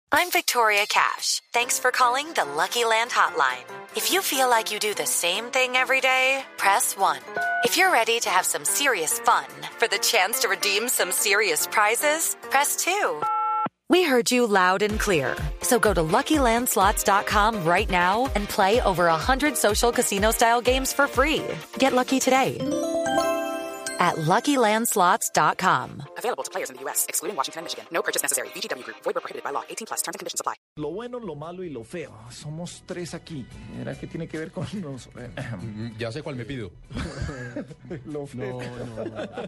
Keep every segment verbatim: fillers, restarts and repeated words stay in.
I'm Victoria Cash. Thanks for calling the Lucky Land Hotline. If you feel like you do the same thing every day, press one. If you're ready to have some serious fun for the chance to redeem some serious prizes, press two. We heard you loud and clear. So go to Lucky Land Slots dot com right now and play over one hundred social casino-style games for free. Get lucky today at Lucky Land Slots dot com. Available to players in the U S, excluding Washington and Michigan. No purchase necessary. V G W Group. Void where prohibited by law. eighteen plus. Terms and conditions apply. Lo bueno, lo malo y lo feo. Somos tres aquí. ¿Era qué tiene que ver con los... Ya sé cuál me pido. Lo feo. No, no, no.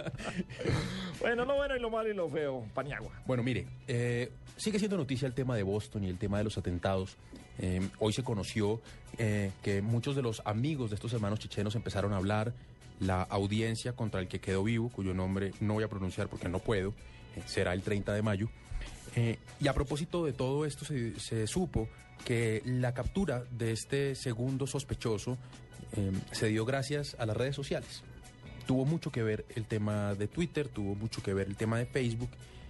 Bueno, lo bueno y lo malo y lo feo. Paniagua. Bueno, mire, eh, sigue siendo noticia el tema de Boston y el tema de los atentados. Eh, hoy se conoció eh, que muchos de los amigos de estos hermanos chechenos empezaron a hablar. La audiencia contra el que quedó vivo, cuyo nombre no voy a pronunciar porque no puedo, eh, será el treinta de mayo. Eh, y a propósito de todo esto, se, se supo que la captura de este segundo sospechoso eh, se dio gracias a las redes sociales. Tuvo mucho que ver el tema de Twitter, tuvo mucho que ver el tema de Facebook,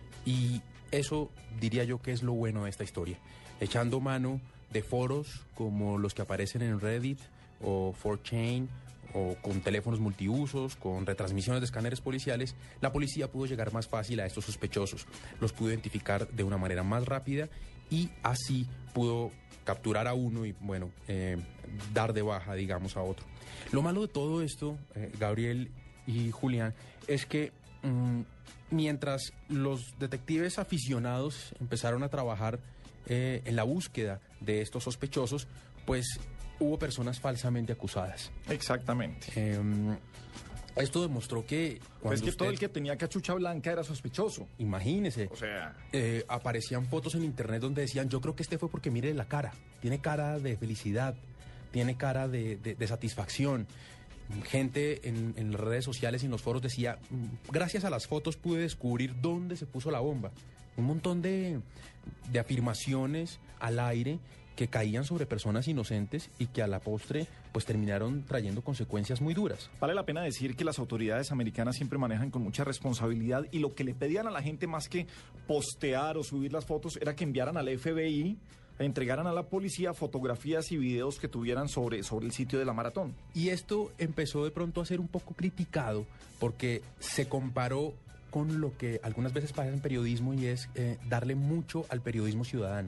y eso diría yo que es lo bueno de esta historia. Echando mano de foros como los que aparecen en Reddit o cuatro chan, o con teléfonos multiusos, con retransmisiones de escáneres policiales, la policía pudo llegar más fácil a estos sospechosos. Los pudo identificar de una manera más rápida y así pudo capturar a uno y, bueno, eh, dar de baja, digamos, a otro. Lo malo de todo esto, eh, Gabriel y Julián, es que mmm, mientras los detectives aficionados empezaron a trabajar eh, en la búsqueda de estos sospechosos, pues hubo personas falsamente acusadas. Exactamente. Eh, esto demostró que... Pues que usted, todo el que tenía cachucha blanca era sospechoso. Imagínese. O sea... Eh, aparecían fotos en internet donde decían, yo creo que este fue porque mire la cara. Tiene cara de felicidad, tiene cara de, de, de satisfacción. Gente en, en las redes sociales y en los foros decía, gracias a las fotos pude descubrir dónde se puso la bomba. Un montón de, de afirmaciones al aire que caían sobre personas inocentes y que a la postre pues terminaron trayendo consecuencias muy duras. Vale la pena decir que las autoridades americanas siempre manejan con mucha responsabilidad y lo que le pedían a la gente más que postear o subir las fotos era que enviaran al F B I, entregaran a la policía fotografías y videos que tuvieran sobre, sobre el sitio de la maratón. Y esto empezó de pronto a ser un poco criticado porque se comparó con lo que algunas veces pasa en periodismo y es eh, darle mucho al periodismo ciudadano.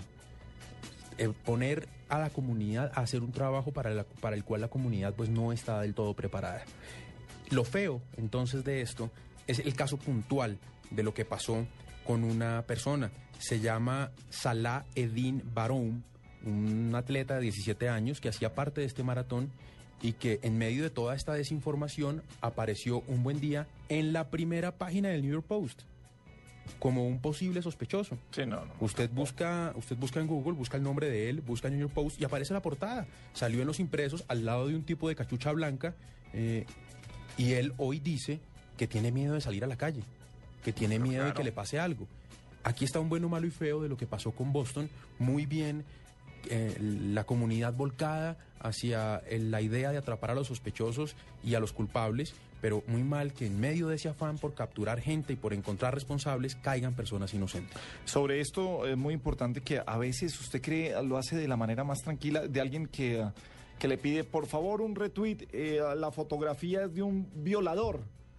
Eh, poner a la comunidad a hacer un trabajo para, la, para el cual la comunidad pues no está del todo preparada. Lo feo entonces de esto es el caso puntual de lo que pasó con una persona. Se llama Salah Eddin Baroum, un atleta de diecisiete años que hacía parte de este maratón y que en medio de toda esta desinformación apareció un buen día en la primera página del New York Post como un posible sospechoso. Sí, no, no. Usted busca, usted busca en Google, busca el nombre de él, busca en New York Post y aparece la portada. Salió en los impresos al lado de un tipo de cachucha blanca eh, y él hoy dice que tiene miedo de salir a la calle, que tiene Pero miedo claro. de que le pase algo. Aquí está un bueno, malo y feo de lo que pasó con Boston. Muy bien, eh, la comunidad volcada hacia el, la idea de atrapar a los sospechosos y a los culpables, pero muy mal que en medio de ese afán por capturar gente y por encontrar responsables caigan personas inocentes. Sobre esto es muy importante que a veces usted cree, lo hace de la manera más tranquila, de alguien que, uh, que le pide por favor un retweet, eh, la fotografía es de un violador.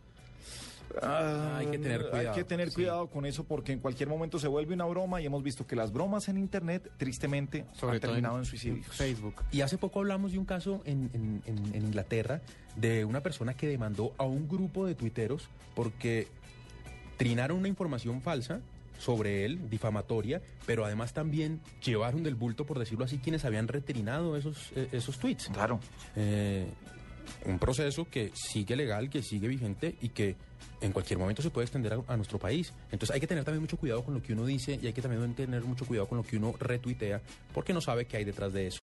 Ah, hay que tener cuidado. Hay que tener sí. cuidado con eso porque en cualquier momento se vuelve una broma y hemos visto que las bromas en internet tristemente Sobre han todo terminado en, en suicidios. en Facebook. Y hace poco hablamos de un caso en, en, en, en Inglaterra de una persona que demandó a un grupo de tuiteros porque trinaron una información falsa sobre él, difamatoria, pero además también llevaron del bulto, por decirlo así, quienes habían retrinado esos, eh, esos tweets. Claro. Eh, un proceso que sigue legal, que sigue vigente y que en cualquier momento se puede extender a, a nuestro país. Entonces hay que tener también mucho cuidado con lo que uno dice y hay que también tener mucho cuidado con lo que uno retuitea porque no sabe qué hay detrás de eso.